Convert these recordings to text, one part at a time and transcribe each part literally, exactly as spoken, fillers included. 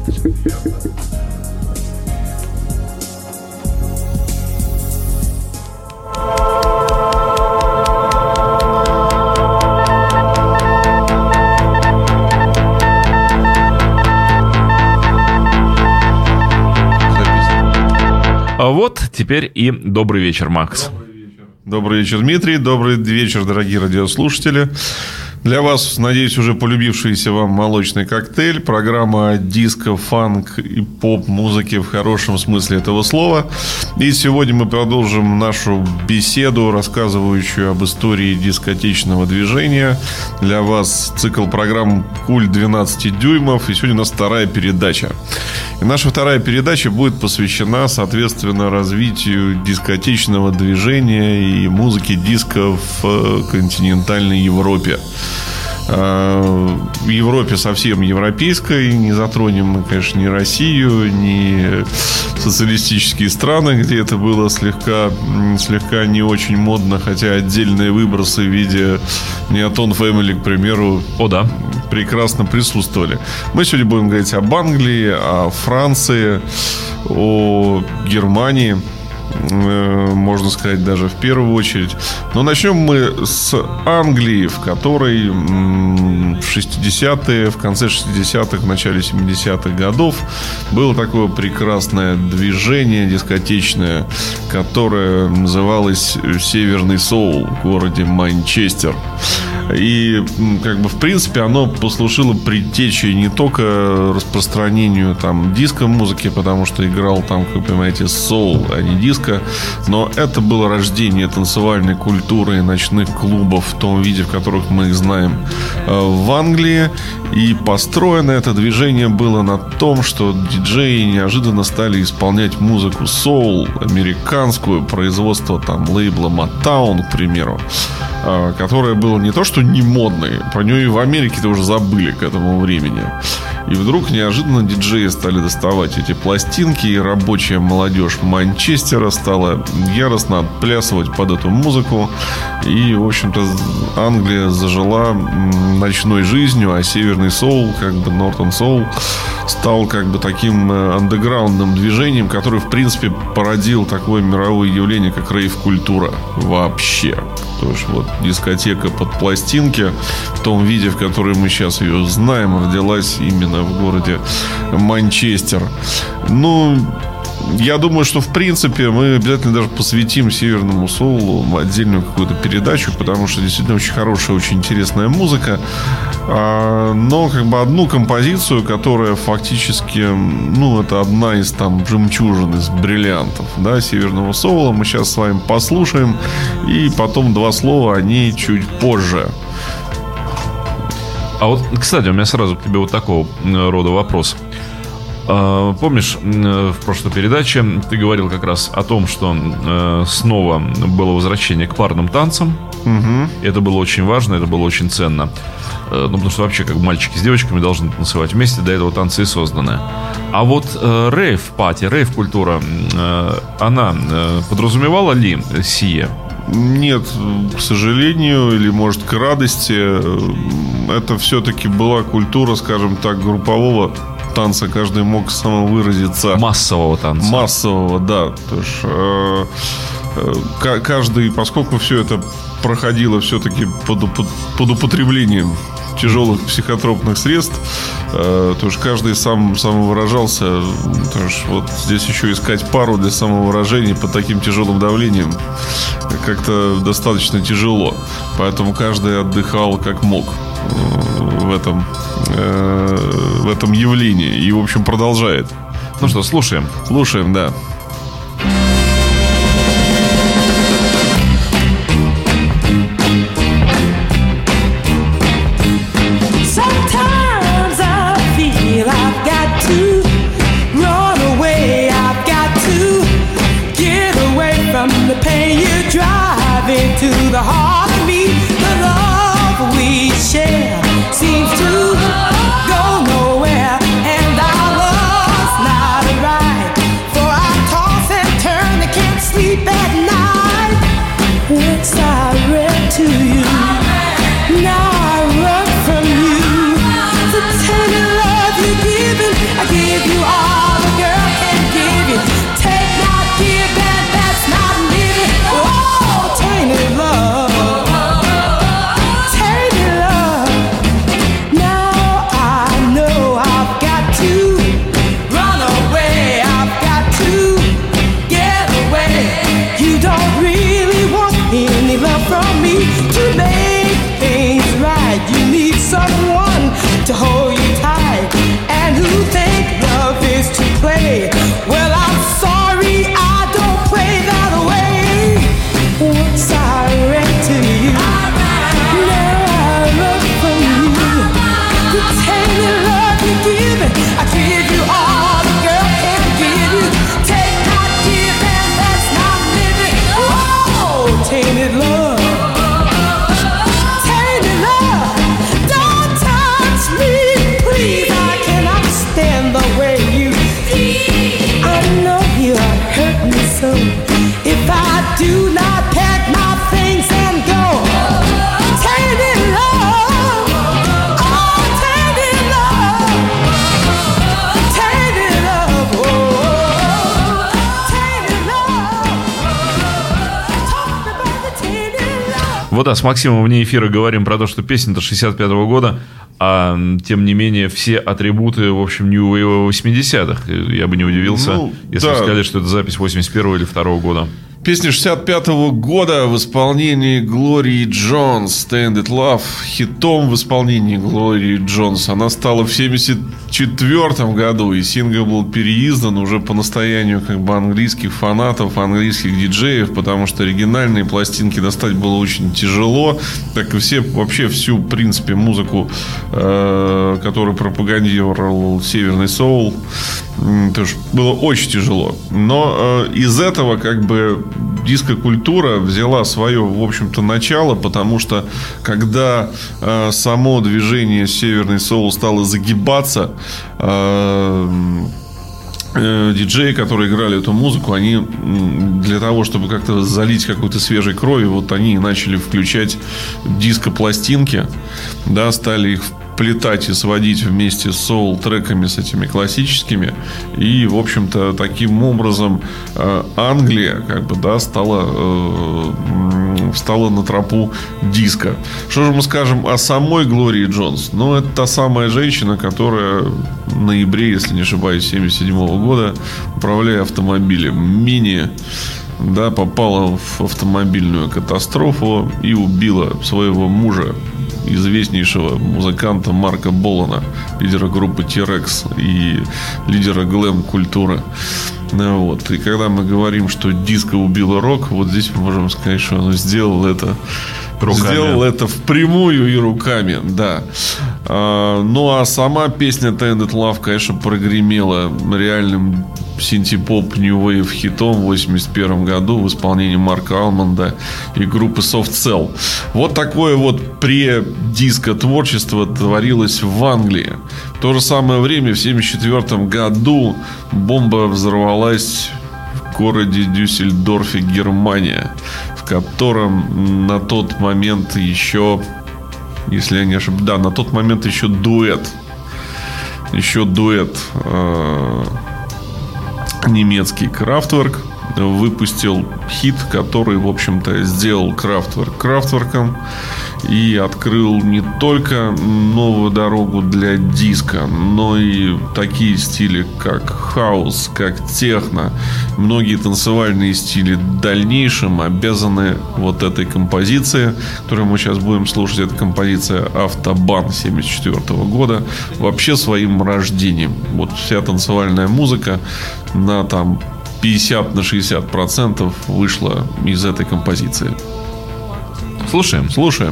А вот теперь и добрый вечер, Макс. Добрый вечер. Добрый вечер, Дмитрий. Добрый вечер, дорогие радиослушатели. Для вас, надеюсь, уже полюбившийся вам молочный коктейль. Программа диско, фанк и поп-музыки в хорошем смысле этого слова. И сегодня мы продолжим нашу беседу, рассказывающую об истории дискотечного движения. Для вас цикл программ «Культ двенадцати дюймов». И сегодня у нас вторая передача. И наша вторая передача будет посвящена, соответственно, развитию дискотечного движения и музыки диско в континентальной Европе. В Европе совсем европейской. Не затронем мы, конечно, ни Россию, ни социалистические страны, где это было слегка, слегка не очень модно. Хотя отдельные выбросы в виде Neoton Family, к примеру, О, да. прекрасно присутствовали. Мы сегодня будем говорить об Англии, о Франции, о Германии, можно сказать, даже в первую очередь. Но начнем мы с Англии, в которой в шестидесятые, в конце шестидесятых, в начале семидесятых годов было такое прекрасное движение дискотечное, которое называлось «Северный соул» в городе Манчестер. И, как бы, в принципе, оно послужило предтечей не только распространению там диско-музыки, потому что играл там, как вы понимаете, соул, а не диско, но это было рождение танцевальной культуры и ночных клубов в том виде, в которых мы их знаем в Англии. И построено это движение было на том, что диджеи неожиданно стали исполнять музыку соул, американскую, производство там лейбла Motown, к примеру, которая была не то что не модной, про нее и в Америке-то уже забыли к этому времени. И вдруг неожиданно диджеи стали доставать эти пластинки, и рабочая молодежь Манчестера стала яростно отплясывать под эту музыку. И, в общем-то, Англия зажила ночной жизнью, а северный соул, как бы Northern Soul, стал как бы таким андеграундным движением, который, в принципе, породил такое мировое явление, как рейв-культура вообще. То есть вот дискотека под пластинки в том виде, в котором мы сейчас ее знаем, родилась именно в городе Манчестер. Ну, я думаю, что в принципе мы обязательно даже посвятим северному соулу отдельную какую-то передачу, потому что действительно очень хорошая, очень интересная музыка. Но как бы одну композицию, которая фактически, ну, это одна из там жемчужин, из бриллиантов, да, северного соула, мы сейчас с вами послушаем, и потом два слова о ней чуть позже. А вот, кстати, у меня сразу к тебе вот такого рода вопрос. Помнишь, в прошлой передаче ты говорил как раз о том, что снова было возвращение к парным танцам. Угу. Это было очень важно, это было очень ценно. Ну, потому что вообще, как мальчики с девочками должны танцевать вместе, для этого танцы и созданы. А вот э, рейв-пати, рейв-культура, э, она э, подразумевала ли сие? Нет, к сожалению, или, может, к радости. Это все-таки была культура, скажем так, группового танца. Каждый мог самовыразиться. Массового танца. Массового, да. То есть, э, э, каждый, поскольку все это проходило все-таки под, под, под употреблением тяжелых психотропных средств, э, то есть каждый сам самовыражался. То есть вот здесь еще искать пару для самовыражения под таким тяжелым давлением как-то достаточно тяжело. Поэтому каждый отдыхал как мог в этом, э, в этом явлении. И, в общем, продолжает. Ну что, слушаем? Слушаем, да. To the heart of me, the love we share seems to go nowhere, and I was not right, for I Вот да, с Максимом вне эфира говорим про то, что песня-то шестьдесят пятого года, а тем не менее все атрибуты, в общем, New Wave восьмидесятых. Я бы не удивился, Ну, если да. бы сказали, что это запись восемьдесят первого или второго года. Песня шестьдесят пятого года в исполнении Глории Джонс, Stand It Love, хитом в исполнении Глории Джонс. Она стала в семьдесят четвёртом году, и сингл был переиздан уже по настоянию как бы английских фанатов, английских диджеев, потому что оригинальные пластинки достать было очень тяжело, так и все, вообще всю, в принципе, музыку, э, которую пропагандировал Северный Соул, э, тоже было очень тяжело. Но э, из этого как бы диско-культура взяла свое, в общем-то, начало, потому что когда э, само движение Северный Соул стало загибаться, э, э, диджеи, которые играли эту музыку, они для того, чтобы как-то залить какой-то свежей кровью, вот они начали включать диско-пластинки, да, стали их плетать и сводить вместе с соул-треками, с этими классическими. И, в общем-то, таким образом э, Англия, как бы, да, стала, э, встала на тропу диска. Что же мы скажем о самой Глории Джонс? Ну, это та самая женщина, которая в ноябре, если не ошибаюсь, семьдесят седьмого года, управляя автомобилем Мини, да, попала в автомобильную катастрофу и убила своего мужа, известнейшего музыканта Марка Болана, лидера группы T-Rex и лидера глэм-культуры. Вот. И когда мы говорим, что диско убило рок, вот здесь мы можем сказать, что он сделал это руками. Сделал это впрямую и руками, да. А, ну а сама песня Stand It Love, конечно, прогремела реальным синти-поп New Wave хитом в восемьдесят первом году в исполнении Марка Алмонда и группы Soft Cell. Вот такое вот пре-диско творчество творилось в Англии. В то же самое время, в семьдесят четвёртом году, бомба взорвалась в городе Дюссельдорфе, Германия, в котором на тот момент еще, если я не ошибаюсь, да, на тот момент еще дуэт, еще дуэт э- немецкий Kraftwerk выпустил хит, который, в общем-то, сделал Kraftwerk Kraftwerk'ом и открыл не только новую дорогу для диска, но и такие стили, как хаус, как техно. Многие танцевальные стили в дальнейшем обязаны вот этой композиции, которую мы сейчас будем слушать. Это композиция «Автобан» семьдесят четвёртого года, вообще своим рождением. Вот вся танцевальная музыка на там пятьдесят на шестьдесят процентов вышла из этой композиции. Слушаем. Слушаем.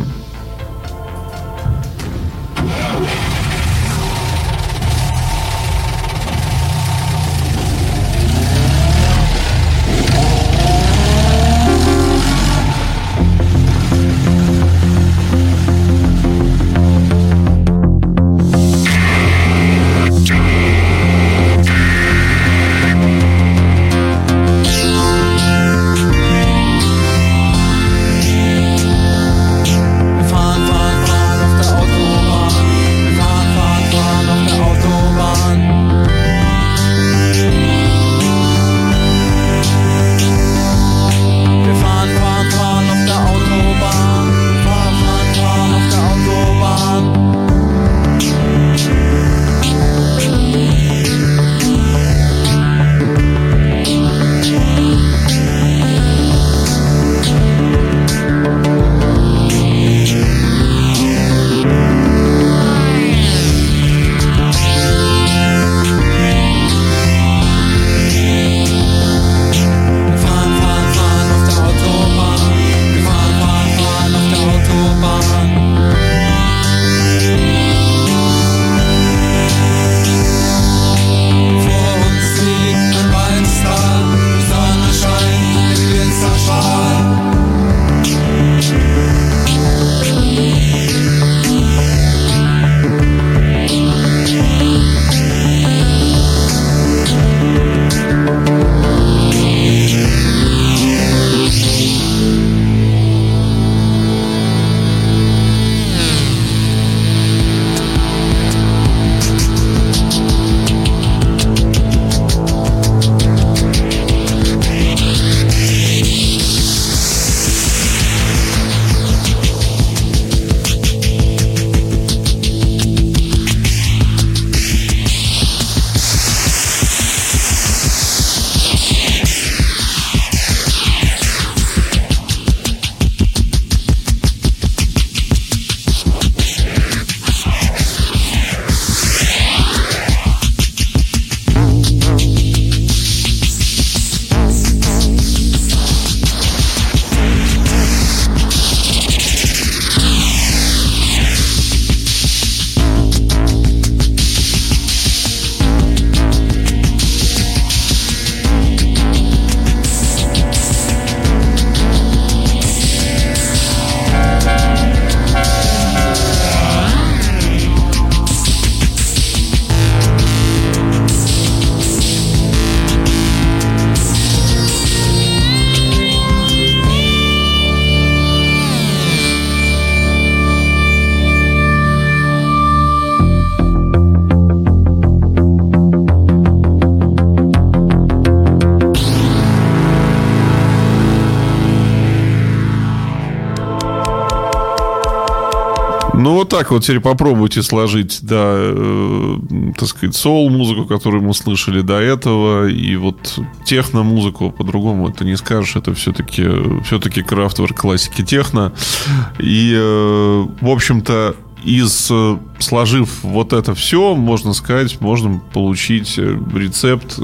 так вот теперь попробуйте сложить, да, э, так сказать, соул-музыку, которую мы слышали до этого, и вот техно-музыку, по-другому это не скажешь, это все-таки, все-таки Kraftwerk классики техно. И, э, в общем-то, из, сложив вот это все, можно сказать, можно получить рецепт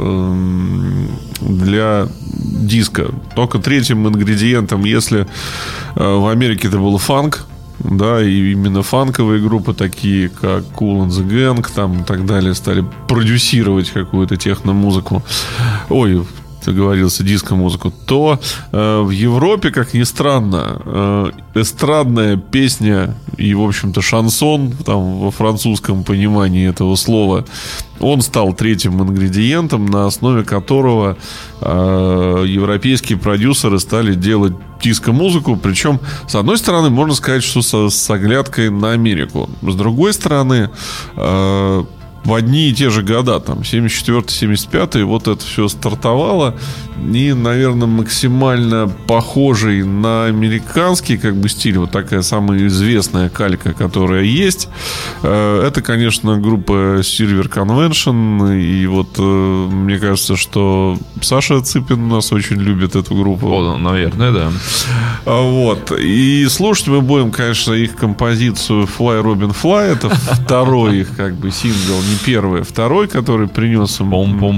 для диска. Только третьим ингредиентом, если в Америке это был фанк, да, и именно фанковые группы, такие как Kool and the Gang, там и так далее, стали продюсировать какую-то техно-музыку. Ой, договорился, диско-музыку, то э, в Европе, как ни странно, э, эстрадная песня и, в общем-то, шансон, там, во французском понимании этого слова, он стал третьим ингредиентом, на основе которого э, европейские продюсеры стали делать диско-музыку. Причем, с одной стороны, можно сказать, что со, с оглядкой на Америку. С другой стороны, э, в одни и те же года, там, семьдесят четвёртый — семьдесят пятый, вот это все стартовало. И, наверное, максимально похожий на американский, как бы, стиль, вот такая самая известная калька, которая есть, это, конечно, группа Silver Convention. И вот мне кажется, что Саша Цыпин у нас очень любит эту группу. О, наверное, да. Вот. И слушать мы будем, конечно, их композицию Fly Robin Fly. Это второй их, как бы, сингл, не первый, а второй, который принес им,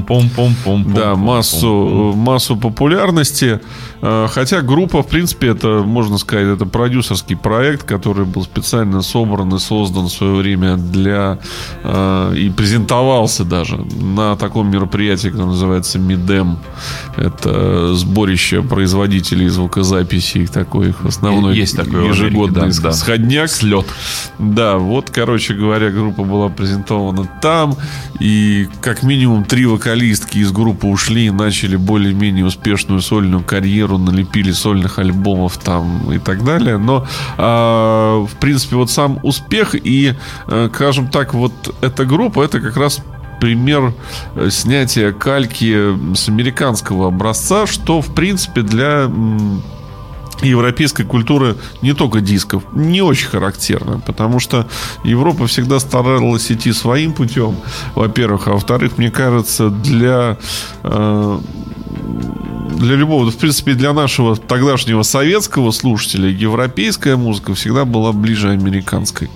да, массу, массу популярности. Хотя группа, в принципе, это, можно сказать, это продюсерский проект, который был специально собран и создан в свое время для и презентовался даже на таком мероприятии, которое называется Мидем. Это сборище производителей звукозаписи, такой их основной есть такой ежегодный Америке, да, сходняк. Слет. Да, вот, короче говоря, группа была презентована там, и как минимум три вокалистки из группы ушли и начали более-менее успешную сольную карьеру, налепили сольных альбомов там и так далее. Но, э, в принципе, вот сам успех и, э, скажем так, вот эта группа, это как раз пример снятия кальки с американского образца, что, в принципе, для европейской культуры, не только дисков, не очень характерно, потому что Европа всегда старалась идти своим путем, во-первых, а во-вторых, мне кажется, для э, для любого, в принципе, для нашего тогдашнего советского слушателя европейская музыка всегда была ближе американской.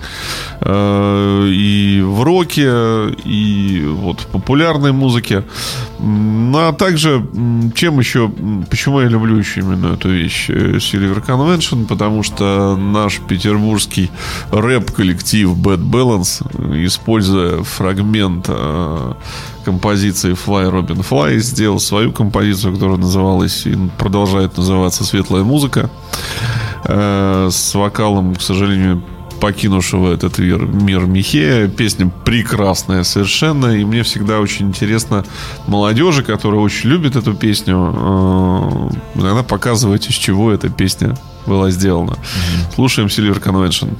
И в роке, и вот в популярной музыке. Ну, а также, чем еще, почему я люблю еще именно эту вещь Silver Convention, потому что наш петербургский рэп-коллектив Bad Balance, используя фрагмент композиции Fly Robin Fly, сделал свою композицию, которая называлась и продолжает называться «Светлая музыка», э, с вокалом, к сожалению, покинувшего этот мир, мир Михея. Песня прекрасная совершенно, и мне всегда очень интересно молодежи, которая очень любит эту песню, э, иногда показывать, из чего эта песня была сделана. Mm-hmm. Слушаем Silver Convention.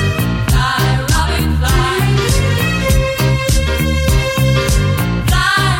Fly,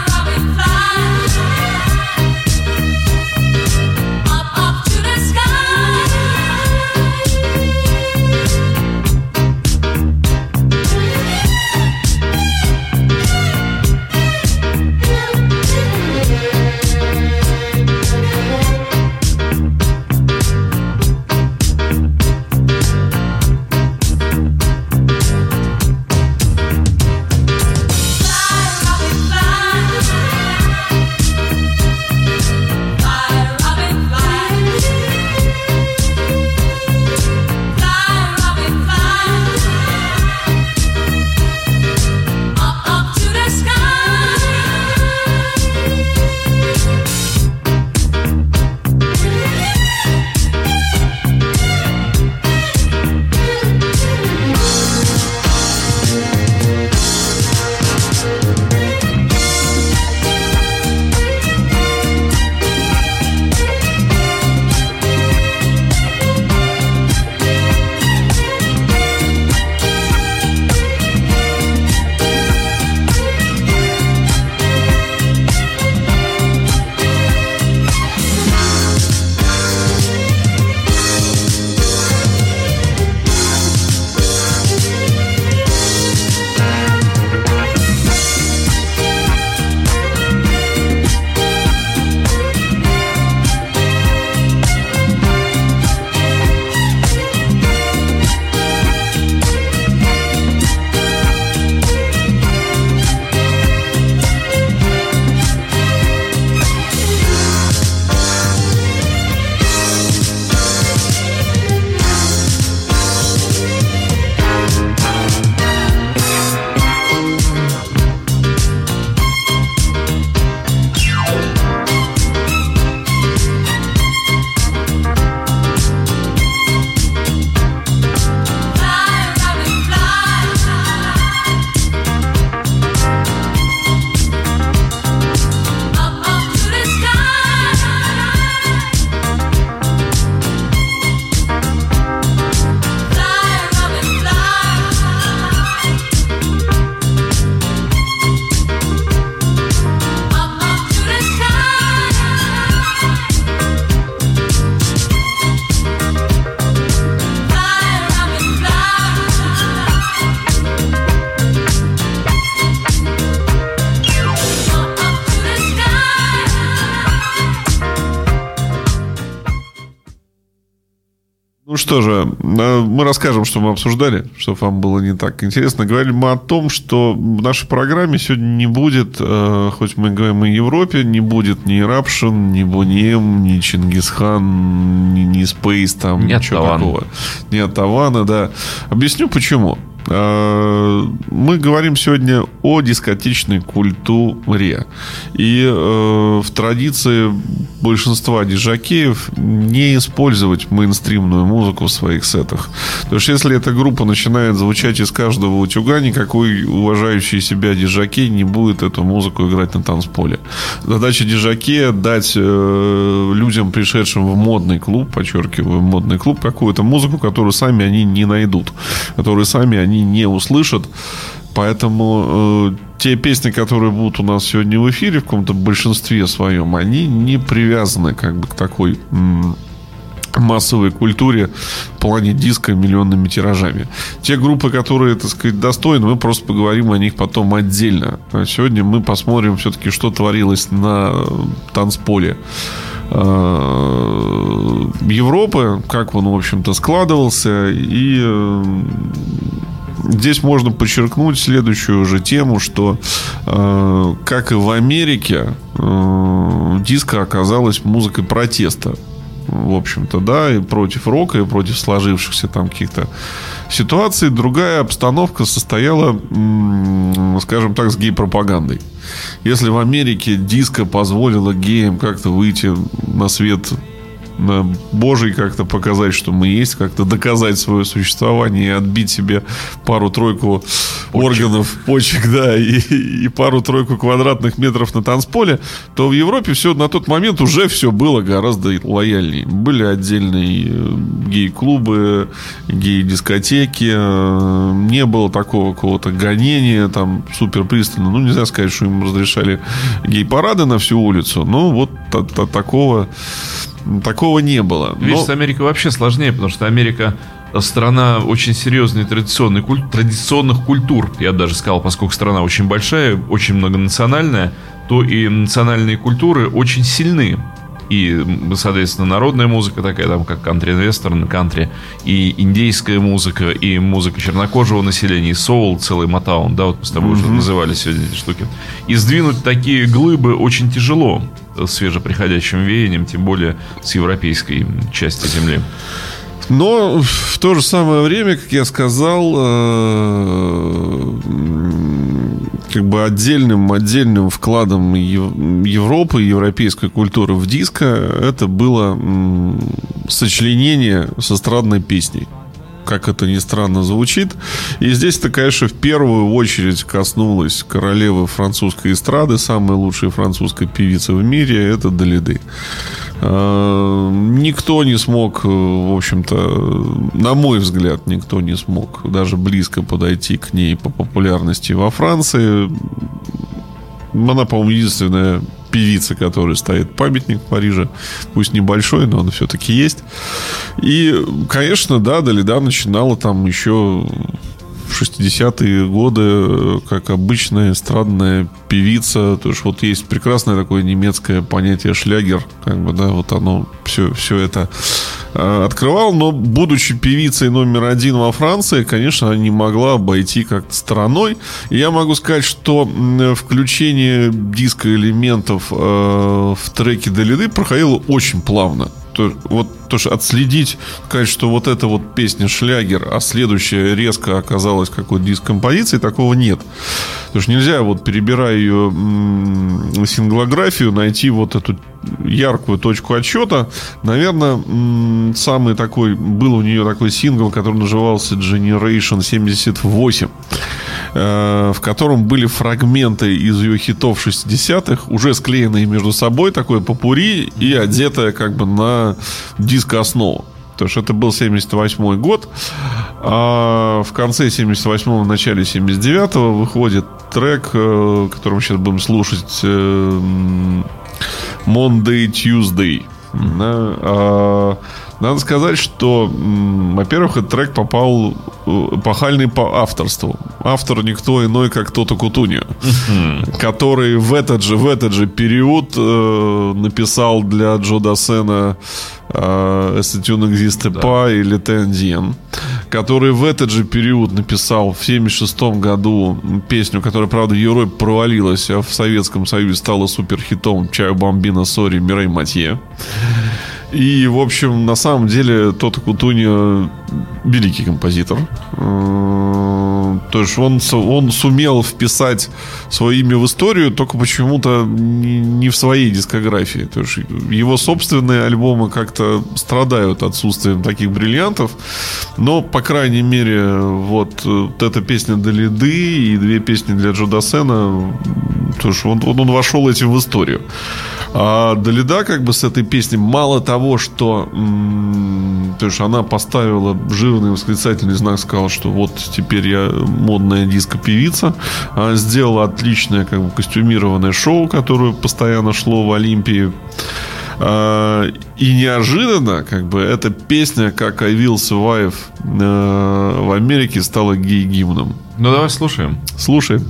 Ну что же, мы расскажем, что мы обсуждали, чтобы вам было не так интересно. Говорили мы о том, что в нашей программе сегодня не будет, хоть мы говорим о Европе, не будет ни Eruption, ни Boniem, ни Чингисхан, ни, ни Space, там Нет ничего Тавана. такого. Нет Тавана, да. Объясню почему. Мы говорим сегодня о дискотечной культуре. И э, в традиции большинства диджакеев не использовать мейнстримную музыку в своих сетах. Потому что если эта группа начинает звучать из каждого утюга, никакой уважающий себя диджакей не будет эту музыку играть на танцполе. Задача диджакея — дать э, людям, пришедшим в модный клуб, подчеркиваю, модный клуб, какую-то музыку, которую сами они не найдут, которую сами они не услышат. Поэтому э, те песни, которые будут у нас сегодня в эфире в каком-то большинстве своем, они не привязаны как бы к такой м- массовой культуре в плане диска миллионными тиражами. Те группы, которые, так сказать, достойны, мы просто поговорим о них потом отдельно. А сегодня мы посмотрим все-таки, что творилось на танцполе Европы, как он, в общем-то, складывался. И здесь можно подчеркнуть следующую же тему, что, как и в Америке, диско оказалась музыкой протеста. В общем-то, да, и против рока, и против сложившихся там каких-то ситуаций. Другая обстановка состояла, скажем так, с гей-пропагандой. Если в Америке диско позволило геям как-то выйти на свет Божий, как-то показать, что мы есть, как-то доказать свое существование и отбить себе пару-тройку органов, почек, да, и, и пару-тройку квадратных метров на танцполе, то в Европе все на тот момент уже все было гораздо лояльнее. Были отдельные гей-клубы, гей-дискотеки, не было такого какого-то гонения там супер пристально. Ну, нельзя сказать, что им разрешали гей-парады на всю улицу, но вот такого Такого не было. Но... Видишь, с Америкой вообще сложнее, потому что Америка страна очень серьезной традиционной куль... традиционных культур. Я даже сказал, поскольку страна очень большая, очень многонациональная, то и национальные культуры очень сильны. И, соответственно, народная музыка такая, там, как кантри-вестерн, кантри, и индейская музыка, и музыка чернокожего населения, и соул, целый Мотаун, да, вот мы с тобой mm-hmm. уже называли сегодня эти штуки. И сдвинуть такие глыбы очень тяжело свежеприходящим веянием, тем более с европейской части земли. Но в то же самое время, как я сказал, как бы отдельным, отдельным вкладом Европы, европейской культуры в диско это было сочленение с эстрадной песней. Как это ни странно звучит. И здесь это, конечно, в первую очередь коснулось королевы французской эстрады, самой лучшей французской певицы в мире, это Далиды. Никто не смог, в общем-то, на мой взгляд, никто не смог даже близко подойти к ней по популярности во Франции. Она, по-моему, единственная певица, которой стоит памятник в Париже. Пусть небольшой, но он все-таки есть. И, конечно, да, Далида начинала там еще в шестидесятые годы как обычная эстрадная певица. То есть вот есть прекрасное такое немецкое понятие шлягер. Как бы, да, вот оно все, все это открывал, но, будучи певицей номер один во Франции, конечно, она не могла обойти как-то стороной. И я могу сказать, что включение диско-элементов э, в треки Далиды проходило очень плавно. То, вот, то, что отследить, сказать, что вот эта вот песня шлягер, а следующая резко оказалась какой-то диск-композицией, такого нет. Потому что нельзя, вот перебирая ее м- синглографию, найти вот эту яркую точку отсчета. Наверное, м- самый такой, был у нее такой сингл, который назывался Generation семьдесят восемь, э- в котором были фрагменты из ее хитов шестидесятых, уже склеенные между собой, такое попурри и одетое как бы на диско-основу. Потому что это был семьдесят восьмой год, а в конце семьдесят восьмого, в начале семьдесят девятого выходит трек, который мы сейчас будем слушать, Monday, Tuesday. Да? Надо сказать, что, во-первых, этот трек попал эпохальный по авторству. Автор никто иной, как Тото Кутуньо, uh-huh. который в этот же, в этот же период э, написал для Джо Дассена «Este tu nu existe pas» или «T'Indien», который в этот же период написал в семьдесят шестом году песню, которая, правда, в Европе провалилась, а в Советском Союзе стала суперхитом «Чаю Бомбино Сори Мирей Матье». И, в общем, на самом деле Тото Кутуньо великий композитор. То есть он, он сумел вписать свое имя в историю, только почему-то не в своей дискографии. То есть его собственные альбомы как-то страдают отсутствием таких бриллиантов. Но, по крайней мере, вот, вот эта песня «Далиды» и две песни для Джо Дассена, то есть он, он вошел этим в историю. А Далида как бы с этой песней мало того, что м- то есть она поставила жирный восклицательный знак, сказала, что вот теперь я модная диско-певица, она сделала отличное как бы костюмированное шоу, которое постоянно шло в Олимпии. А, и неожиданно как бы эта песня, как I Will Survive, э, в Америке стала гей-гимном. Ну давай слушаем. Слушаем.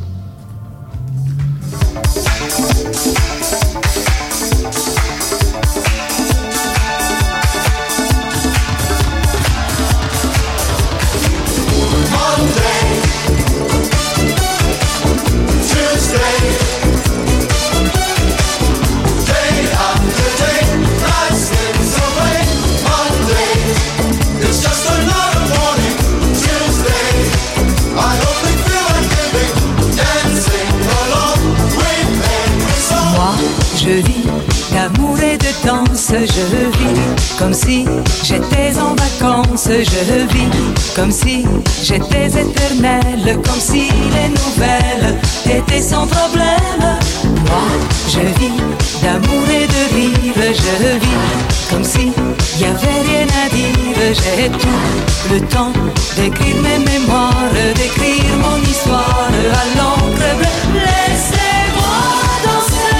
Je vis d'amour et de danse, je vis comme si j'étais en vacances, je vis comme si j'étais éternelle, comme si les nouvelles étaient sans problème. Moi, je vis d'amour et de rire, je vis comme si y avait rien à dire. J'ai tout le temps d'écrire mes mémoires, d'écrire mon histoire à l'encre bleue. Laissez-moi danser.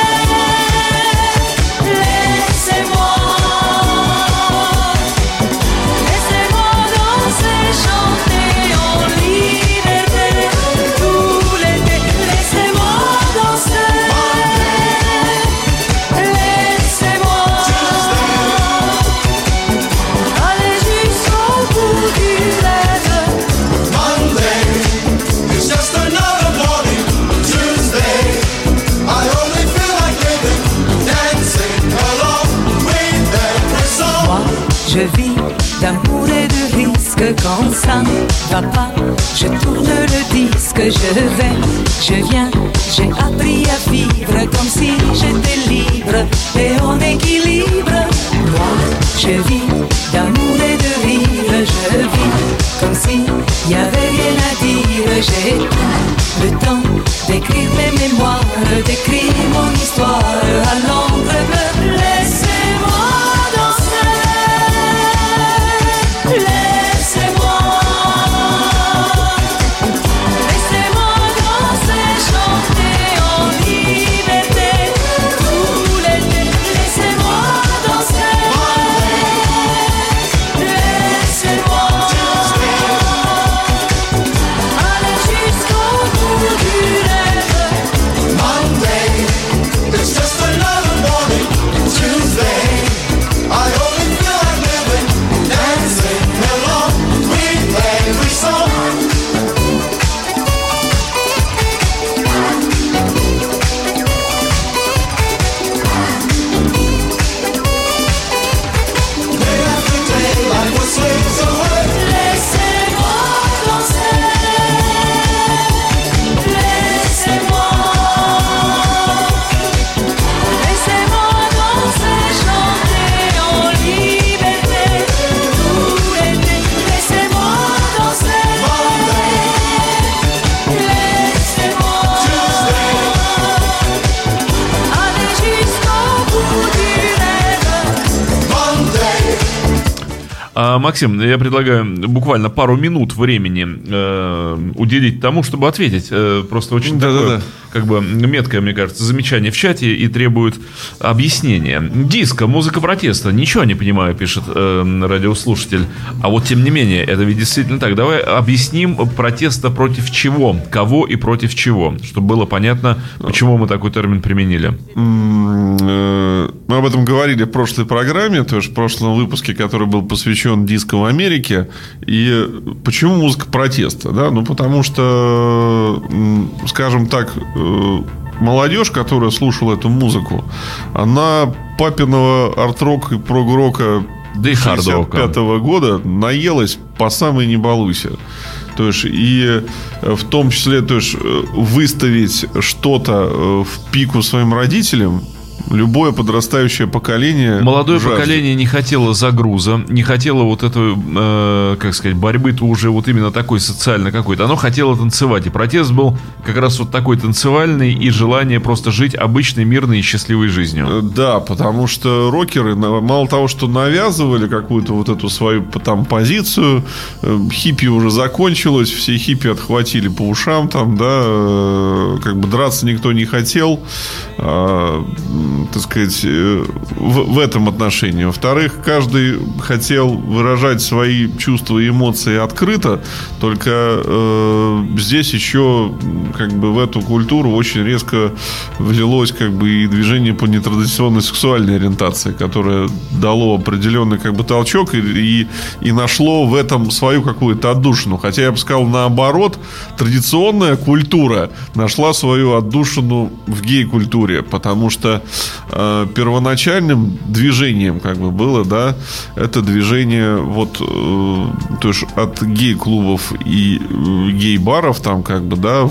Je vis d'amour et de risque. Quand ça ne va pas, je tourne le disque. Je vais, je viens, j'ai appris à vivre comme si j'étais libre et en équilibre. Moi, je vis d'amour et de rire. Je vis comme si y avait rien à dire. J'ai le temps d'écrire mes mémoires, d'écrire mon histoire à l'encre bleue. Laissez-moi danser. Laissez-moi, laissez-moi danser, chanter en liberté tout l'été. Laissez-moi danser, laissez-moi aller jusqu'au А, Максим, я предлагаю буквально пару минут времени э, уделить тому, чтобы ответить. Э, просто очень да, такое, да, да. как бы меткое, мне кажется, замечание в чате и требует объяснения. Диско, музыка протеста. Ничего не понимаю, пишет э, радиослушатель. А вот тем не менее, это ведь действительно так. Давай объясним протеста против чего, кого и против чего, чтобы было понятно, почему мы такой термин применили. Мы об этом говорили в прошлой программе, то есть в прошлом выпуске, который был посвящен диско в Америке. И почему музыка протеста? Да? Ну, потому что, скажем так, молодежь, которая слушала эту музыку, она папиного арт-рока и прог-рока да и шестьдесят пятого года наелась по самой не балуйся. То есть, и в том числе, то есть, выставить что-то в пику своим родителям любое подрастающее поколение. Молодое жаждет. поколение не хотело загруза, не хотело вот этой, э, как сказать, борьбы-то уже вот именно такой социально какой-то. Оно хотело танцевать. И протест был как раз вот такой танцевальный, и желание просто жить обычной, мирной и счастливой жизнью. Да, потому что рокеры мало того, что навязывали какую-то вот эту свою там позицию, хиппи уже закончилось, все хиппи отхватили по ушам там, да, как бы драться никто не хотел, так сказать, в, в этом отношении. Во-вторых, каждый хотел выражать свои чувства и эмоции открыто, только э, здесь еще как бы в эту культуру очень резко влилось как бы и движение по нетрадиционной сексуальной ориентации, которое дало определенный как бы толчок и, и, и нашло в этом свою какую-то отдушину. Хотя я бы сказал наоборот, традиционная культура нашла свою отдушину в гей-культуре, потому что э, первоначальным движением как бы было, да, это движение вот э, то есть от гей-клубов и э, гей-баров там как бы, да,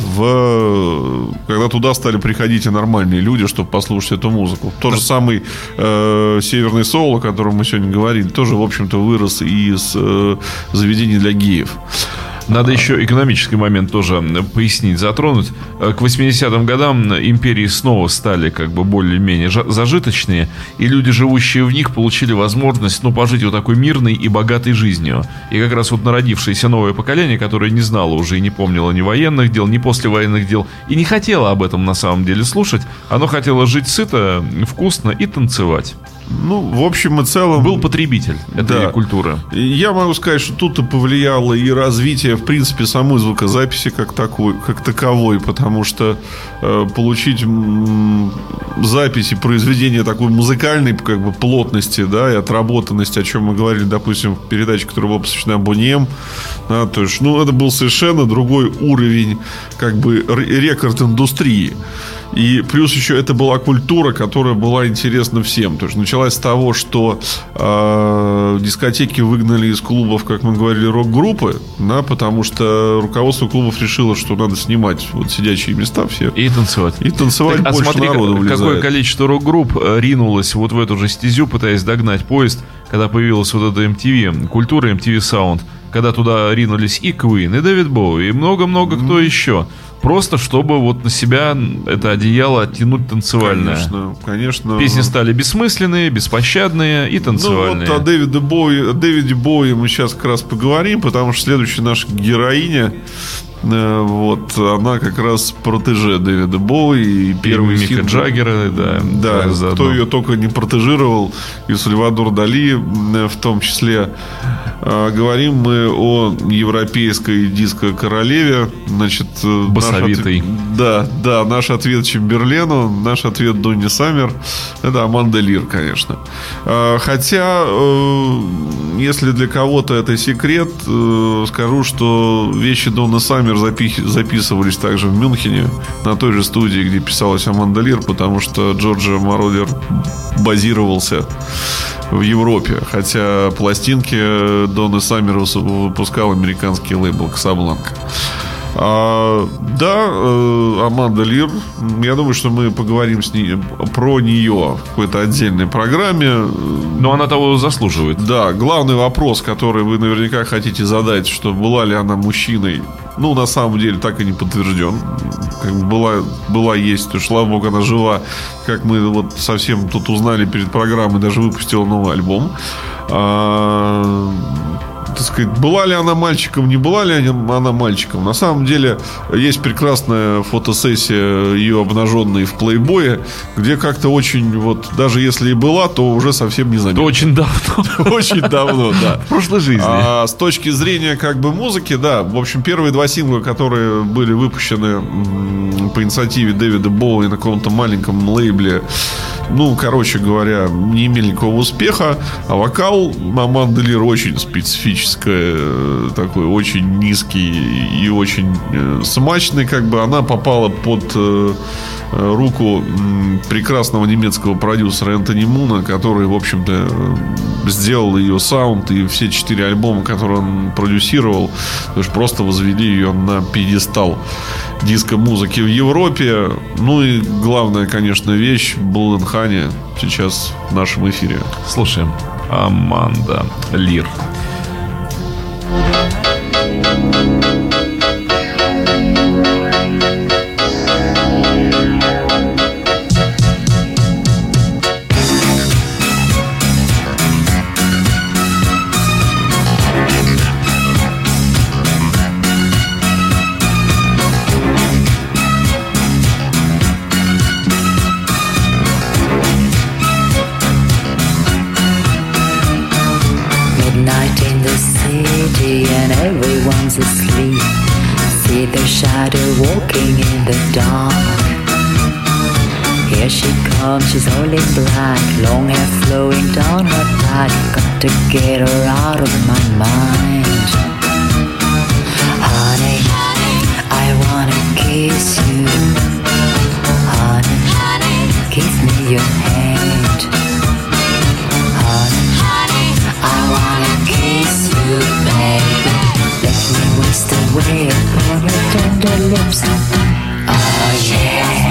в когда туда стали приходить и нормальные люди, чтобы послушать эту музыку. Тот же самый э, Северный Соул, о котором мы сегодня говорили, тоже, в общем-то, вырос из э, заведений для геев. Надо еще экономический момент тоже пояснить, затронуть. К восьмидесятым годам империи снова стали как бы более-менее зажиточные, и люди, живущие в них, получили возможность, ну, пожить вот такой мирной и богатой жизнью. И как раз вот народившееся новое поколение, которое не знало уже и не помнило ни военных дел, ни послевоенных дел, и не хотело об этом на самом деле слушать, оно хотело жить сыто, вкусно и танцевать. Ну, в общем и целом... Был потребитель этой да. культуры. Я могу сказать, что тут и повлияло и развитие, в принципе, самой звукозаписи как, такой, как таковой, потому что э, получить м- запись и произведение такой музыкальной как бы плотности, да, и отработанности, о чем мы говорили, допустим, в передаче, которая была посвящена Боньем, да, то есть, ну, это был совершенно другой уровень как бы рекорд-индустрии. И плюс еще это была культура, которая была интересна всем. То есть началась с того, что э, дискотеки выгнали из клубов, как мы говорили, рок-группы, да, потому что руководство клубов решило, что надо снимать вот сидячие места все. И танцевать. И танцевать так, больше а смотри, народу влезает. Какое количество рок-групп ринулось вот в эту же стезю, пытаясь догнать поезд, когда появилась вот эта эм ти ви, культура эм ти ви Sound, когда туда ринулись и Queen, и Дэвид Боуи, и много-много кто еще. Просто чтобы вот на себя это одеяло оттянуть танцевальное. Конечно, конечно. Песни стали бессмысленные, беспощадные и танцевальные. Ну вот о Дэвиде Боуи, о Дэвиде Боуи мы сейчас как раз поговорим, потому что следующая наша героиня, вот, она как раз протеже Дэвида Боуи и первый Мика хит Джаггера, да. Да, кто ее только не протежировал, и Сальвадор Дали в том числе. Говорим мы о европейской диско-королеве. Значит, басовитой. Наш ответ, да, да, наш ответ Чемберлену, наш ответ Донни Саммер. Это Аманда Лир, конечно. Хотя, если для кого-то это секрет, скажу, что вещи Донны Саммер запи- записывались также в Мюнхене, на той же студии, где писалась Аманда Лир, потому что Джорджио Мородер базировался в Европе, хотя пластинки Донны Саммер выпускал американский лейбл Casablanca. А, да, э, Аманда Лир. Я думаю, что мы поговорим с ней, про нее в какой-то отдельной программе. Но она того заслуживает. Да, главный вопрос, который вы наверняка хотите задать, что была ли она мужчиной, ну, на самом деле, так и не подтвержден. Как бы была, была, есть, то, слава богу, она жива. Как мы вот совсем тут узнали перед программой, даже выпустила новый альбом. А, так сказать, была ли она мальчиком, не была ли она мальчиком. На самом деле, есть прекрасная фотосессия ее обнаженной в плейбое, где как-то очень, вот, даже если и была, то уже совсем не заметно. Очень давно. Очень давно, да. В прошлой жизни. А с точки зрения как бы музыки, да, в общем, первые два сингла, которые были выпущены по инициативе Дэвида Боуи на каком-то маленьком лейбле, ну, короче говоря, не имели никакого успеха. А вокал Аманды Лир очень специфический, такой очень низкий и очень смачный, как бы. Она попала под руку прекрасного немецкого продюсера Энтони Муна, который, в общем-то, сделал ее саунд и все четыре альбома, которые он продюсировал, то есть просто возвели ее на пьедестал диско-музыки в Европе. Ну и главная, конечно, вещь Blood and Honey сейчас в нашем эфире. Слушаем Аманда Лир. Everyone's asleep. See their shadow walking in the dark. Here she comes, she's all in black, long hair flowing down her back. Got to get her out of my mind. Honey, I wanna kiss you. Honey, give me your hand. Honey, I wanna kiss you, baby. Let me waste away upon your tender lips. Oh yeah.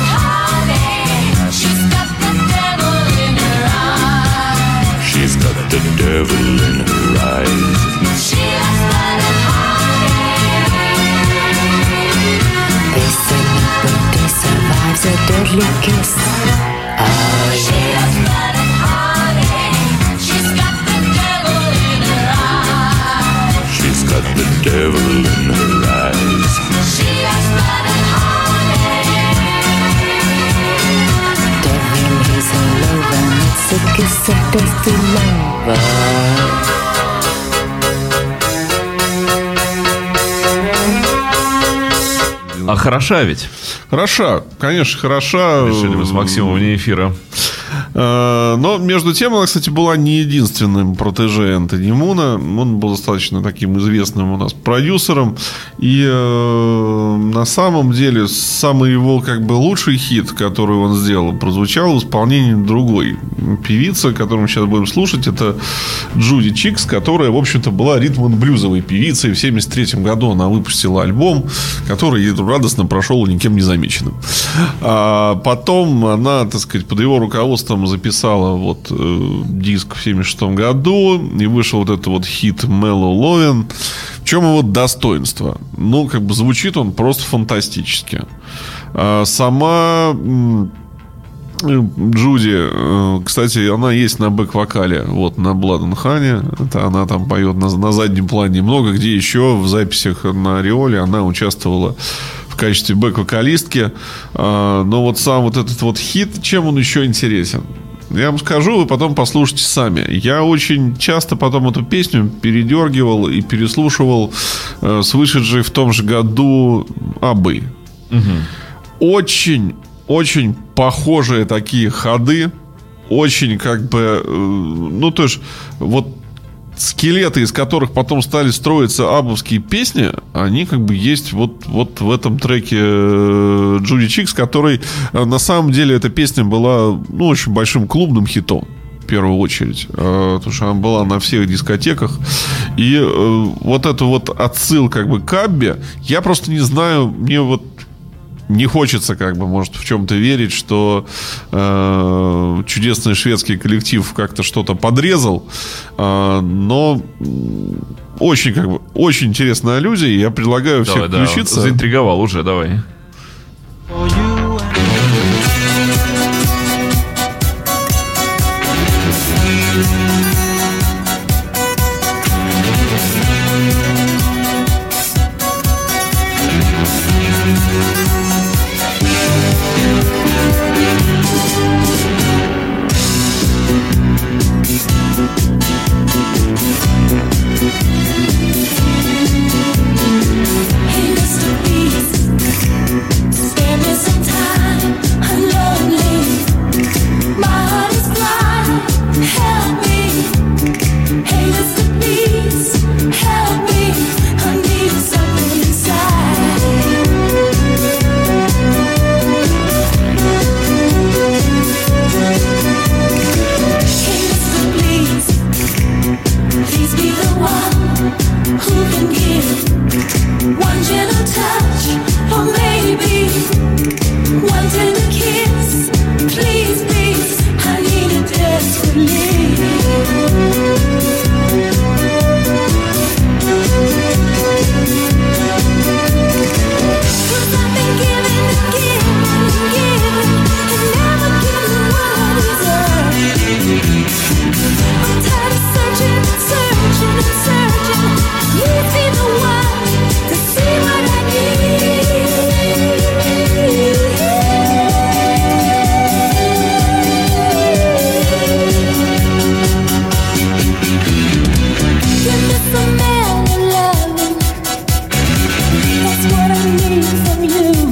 She's got the devil in her eyes. She's got the devil in her eyes. She has blood and honey. They say nobody survives a deadly kiss. Oh yeah. She has blood and honey. She's got the devil in her eyes. She's got the devil in her eyes. She has blood and honey. Devil is all over, it's a kiss of tasty lover. А хороша ведь? Хороша, конечно, хороша. Решили мы с Максимом вне эфира. Но между тем, она, кстати, была не единственным протеже Энтони Муна. Он был достаточно таким известным у нас продюсером. И э, на самом деле самый его как бы лучший хит, который он сделал, прозвучал в исполнении другой певицы, которую мы сейчас будем слушать. Это Джуди Чикс, которая, в общем-то, была ритм-н-блюзовой певицей. В семьдесят третьем году она выпустила альбом, который радостно прошел никем не замеченным. А потом она, так сказать, под его руководством записала вот э, диск в семьдесят шестом году, и вышел вот этот вот хит Mellow Lovin'. В чем его достоинство? Ну, как бы звучит он просто фантастически. А сама м- Джуди, э, кстати, она есть на бэк-вокале, вот на Blood and Honey. Это она там поет на, на заднем плане. Много где еще в записях на Ореоле она участвовала в качестве бэк-вокалистки. А, но вот сам вот этот вот хит, чем он еще интересен? Я вам скажу, вы потом послушайте сами. Я очень часто потом эту песню передергивал и переслушивал э, с вышедшей в том же году Абы. Угу. Очень, очень похожие такие ходы. Очень как бы... Э, ну, то есть, вот скелеты, из которых потом стали строиться абовские песни, они как бы есть вот, вот в этом треке Джуди Чикс, который на самом деле эта песня была, ну, очень большим клубным хитом. первую очередь. Потому что она была на всех дискотеках. И вот эту вот отсыл как бы к Аббе, я просто не знаю, мне вот не хочется, как бы, может, в чем-то верить, что э, чудесный шведский коллектив как-то что-то подрезал. Э, но очень, как бы, очень интересная аллюзия. Я предлагаю давай, всех да, включиться. Заинтриговал уже, давай. Hey, Mister Beast, spare me some time. I'm lonely, my heart is crying. Help me, hey, Mister Beast, help me. I need something inside. Hey, Mister Please, please be the one who can give one gentle touch, or maybe one tender kiss. Please, please, I need it desperately. 'Cause I've been giving and giving and giving and never getting what I deserve. I'm tired of searching and searching and searching. You be the one to see what I need. Give me some man and loving. That's what I need from you.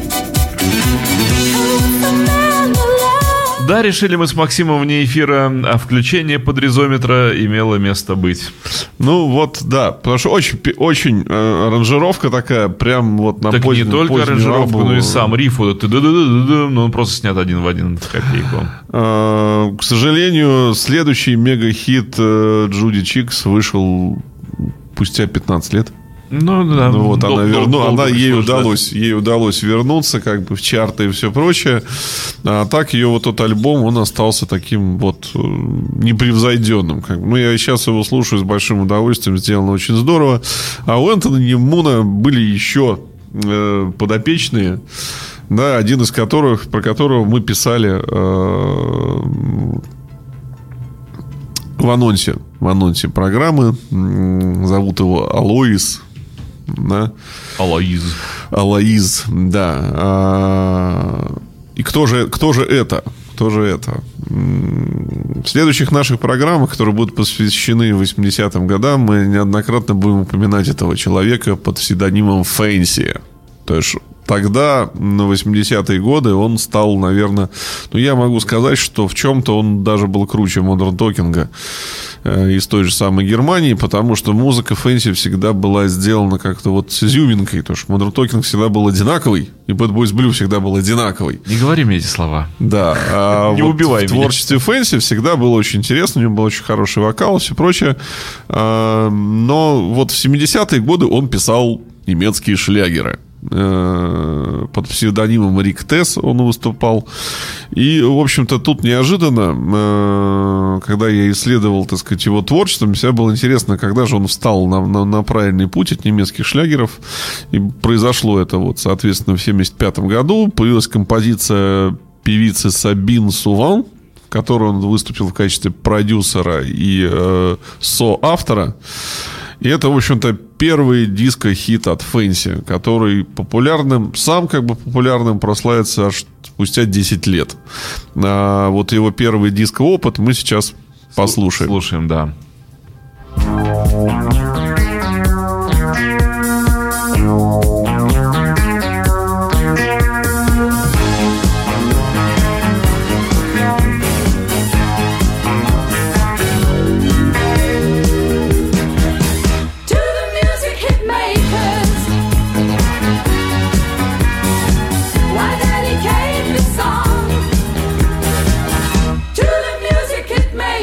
I want some man and love. Да, решили мы с Максимом вне эфира, а включение подрезометра имело место быть. Ну вот, да, потому что очень, пи- очень э, аранжировка такая, прям вот на Так не позднем- только позднем аранжировка, рабу. но и сам риф, вот это ду-ду-ду-ду-ду, но он просто снят один в один в копейку. Э, К сожалению, следующий мега-хит э, Джуди Чикс вышел спустя пятнадцать лет. Ну да. Ну, вот дол- она, дол- верну... долго она ей пришлось ждать. удалось, ей удалось вернуться как бы в чарты и все прочее. А так ее вот тот альбом, он остался таким вот э, непревзойденным. Как бы. Ну, я сейчас его слушаю с большим удовольствием, сделано очень здорово. А у Энтони Муна были еще э, подопечные, да, один из которых, про которого мы писали э, в анонсе, в анонсе программы. М, Зовут его Алоис. Да? Алоиз. Алоиз, да. А, И кто же, кто же это? Кто же это? М, В следующих наших программах, которые будут посвящены восьмидесятым годам, мы неоднократно будем упоминать этого человека под псевдонимом Фэнси. То есть тогда, на восьмидесятые годы, он стал, наверное... Ну, я могу сказать, что в чем-то он даже был круче Modern Talking э, из той же самой Германии, потому что музыка Фэнси всегда была сделана как-то вот с изюминкой. Потому что Modern Talking всегда был одинаковый, и Bad Boys Blue всегда был одинаковый. Не говори мне эти слова. Да. А Не вот убивай в меня. творчестве Фэнси всегда было очень интересно. У него был очень хороший вокал и все прочее. А, Но вот в семидесятые годы он писал немецкие шлягеры. Под псевдонимом Рик Тесс он выступал. И, в общем-то, тут неожиданно, когда я исследовал, так сказать, его творчество, мне всегда было интересно, когда же он встал на, на, на правильный путь от немецких шлягеров. И произошло это, вот, соответственно, в семьдесят пятом году. Появилась композиция певицы Сабин Суван, в которой он выступил в качестве продюсера и э, соавтора. И это, в общем-то, первый диско-хит от Фэнси, который популярным, сам как бы популярным прославится аж спустя десять лет. А вот его первый диско-опыт мы сейчас послушаем. Слушаем, да. To the music hit makers, why dedicate this song? To the music hit makers.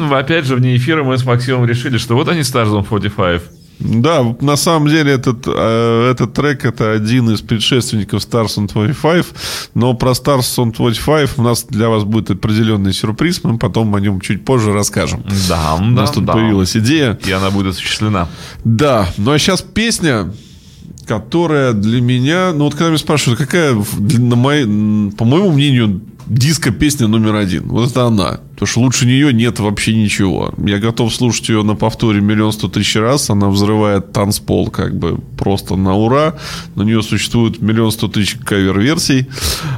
опять же, вне эфира мы с Максимом решили, что вот они Stars on сорок пять. Да, на самом деле этот, э, этот трек — это один из предшественников Stars on сорок пять, но про Stars on сорок пять у нас для вас будет определенный сюрприз, мы потом о нем чуть позже расскажем. Да, у нас да, тут да. появилась идея. И она будет осуществлена. Да, ну а сейчас песня, которая для меня... Ну вот когда меня спрашивают, какая, на моей, по моему мнению, диско-песня номер один. Вот это она. Потому что лучше нее нет вообще ничего. Я готов слушать ее на повторе миллион сто тысяч раз. Она взрывает танцпол как бы просто на ура. На нее существует миллион сто тысяч кавер-версий.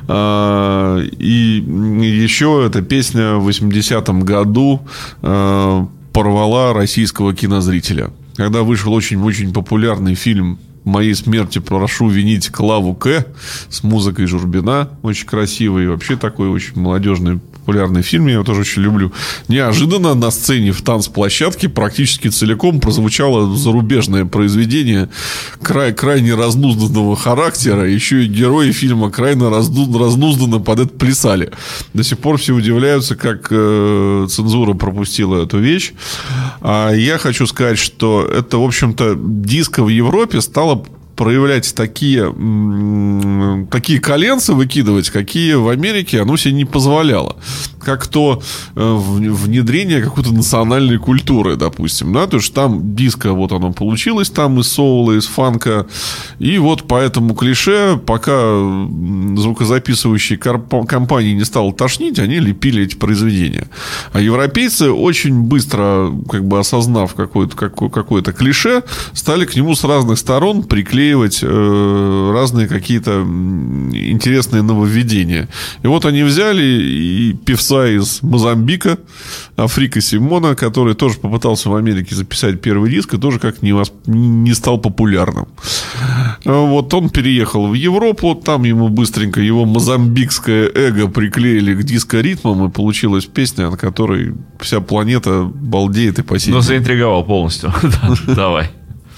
И еще эта песня в восьмидесятом году порвала российского кинозрителя. Когда вышел очень-очень популярный фильм «Моей смерти прошу винить Клаву К» с музыкой Журбина. Очень красивый и вообще такой очень молодежный популярный фильм. Я его тоже очень люблю. Неожиданно на сцене в танцплощадке практически целиком прозвучало зарубежное произведение край, крайне разнузданного характера. Еще и герои фильма крайне разну, разнузданно под это плясали. До сих пор все удивляются, как э, цензура пропустила эту вещь. А я хочу сказать, что это, в общем-то, диско в Европе стало проявлять такие, такие коленцы выкидывать, какие в Америке оно себе не позволяло. Как то внедрение какой-то национальной культуры, допустим. Да? То есть там диско, вот оно получилось, там из соула, из фанка. И вот по этому клише, пока звукозаписывающие компании не стало тошнить, они лепили эти произведения. А европейцы очень быстро, как бы осознав какое-то, какое-то клише, стали к нему с разных сторон приклеивать разные какие-то интересные нововведения. И вот они взяли и певца из Мозамбика, Африка Симона, который тоже попытался в Америке записать первый диск, и тоже как не, восп... не стал популярным. Вот он переехал в Европу, там ему быстренько его мозамбикское эго приклеили к диско-ритмам, и получилась песня, от которой вся планета балдеет и по сей день. Ну, заинтриговал полностью. Давай.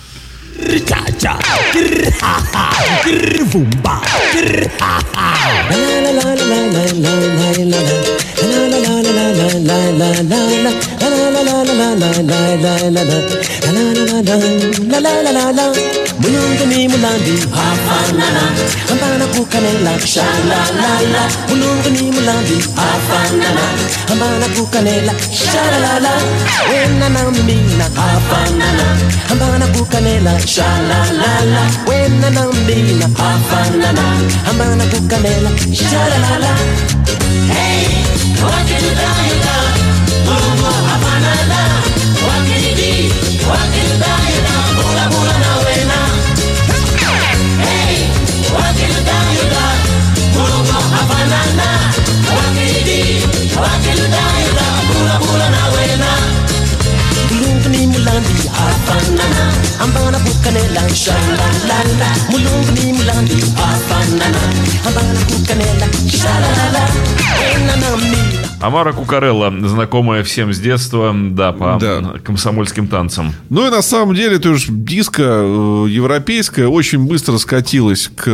Mulungani mulandi afanana ambana kukanela shalalala mulungani mulandi afanana ambana kukanela shalalala wenana mina afanana ambana kukanela shalalala wenana mina afanana ambana kukanela shalalala. Hey, what can you do? Mulungu afanana, what can you do? What can you do? Mula mula na wena. Hey, what can you do? Mulungu afanana, what can you do? What can you do? Mula mula na wena. Mulungu ni mulandi afanana, ambana kukanela shalalala. Mulungu ni mulandi afanana, ambana kukanela shalalala. Wenana mina. Амара Кукарелла, знакомая всем с детства, да, по да. комсомольским танцам. Ну и на самом деле, тоже диско европейское очень быстро скатилось к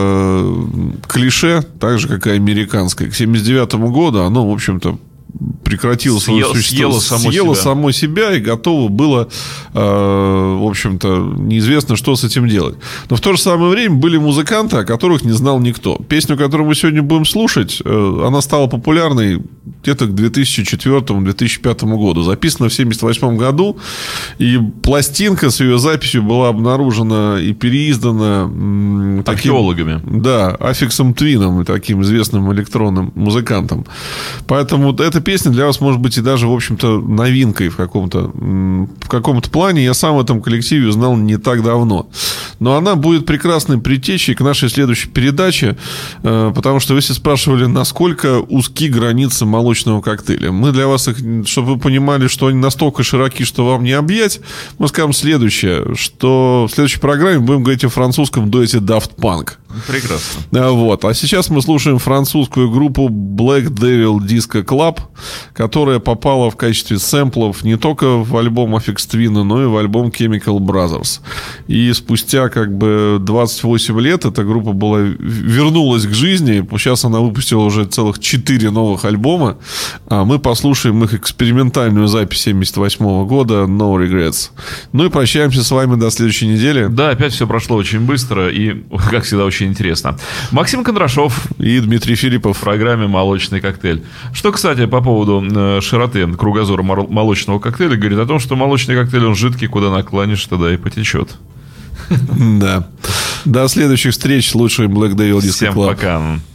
клише, так же, как и американское. К семьдесят девятому году оно, в общем-то, прекратило свое Съел, существование, съело само съело себя. само себя и готово было, э, в общем-то, неизвестно, что с этим делать. Но в то же самое время были музыканты, о которых не знал никто. Песню, которую мы сегодня будем слушать, э, она стала популярной где-то к две тысячи четвёртому - две тысячи пятому году. Записана в семьдесят восьмом году, и пластинка с ее записью была обнаружена и переиздана м, таким, археологами. Да, Аффиксом Твином, таким известным электронным музыкантом. Поэтому вот эта песня для вас может быть и даже, в общем-то, новинкой в каком-то, в каком-то плане. Я сам в этом коллективе узнал не так давно. Но она будет прекрасной предтечей к нашей следующей передаче, потому что вы все спрашивали, насколько узки границы молочного коктейля. Мы для вас их, чтобы вы понимали, что они настолько широки, что вам не объять, мы скажем следующее, что в следующей программе будем говорить о французском дуэте Daft Punk. Прекрасно. А, Вот. А сейчас мы слушаем французскую группу Black Devil Disco Club, которая попала в качестве сэмплов не только в альбом Aphex Twin, но и в альбом Chemical Brothers. И спустя как бы двадцать восемь лет эта группа была, вернулась к жизни. Сейчас она выпустила уже целых четыре новых альбома. А мы послушаем их экспериментальную запись семьдесят восьмого года No Regrets. Ну и прощаемся с вами до следующей недели. Да, опять все прошло очень быстро и, как всегда, очень интересно. Максим Кондрашов И Дмитрий Филиппов. в программе «Молочный коктейль». Что, кстати, по поводу э, широты кругозора мор- молочного коктейля, говорит о том, что молочный коктейль, он жидкий, куда наклонишь, туда и потечет. Да. До следующих встреч. Слушаем Black Devil Disco Всем Club. пока.